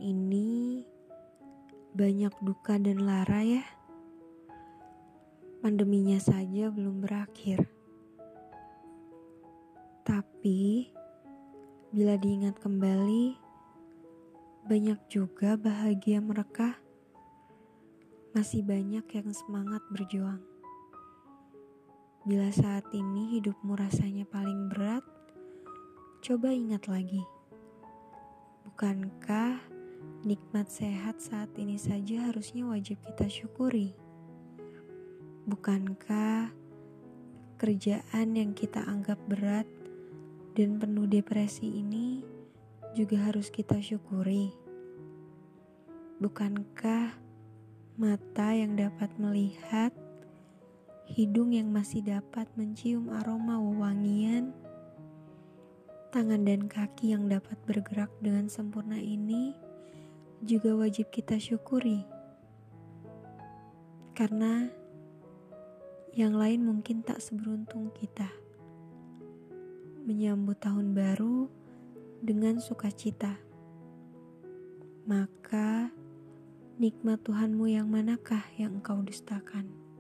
ini banyak duka dan lara ya. Pandeminya saja belum berakhir. Tapi bila diingat kembali, banyak juga bahagia mereka. Masih banyak yang semangat berjuang. Bila saat ini hidupmu rasanya paling berat, coba ingat lagi. Bukankah nikmat sehat saat ini saja harusnya wajib kita syukuri? Bukankah kerjaan yang kita anggap berat dan penuh depresi ini juga harus kita syukuri? Bukankah mata yang dapat melihat, hidung yang masih dapat mencium aroma wewangian, tangan dan kaki yang dapat bergerak dengan sempurna ini juga wajib kita syukuri? Karena yang lain mungkin tak seberuntung kita menyambut tahun baru dengan sukacita. Maka nikmat Tuhanmu yang manakah yang engkau dustakan?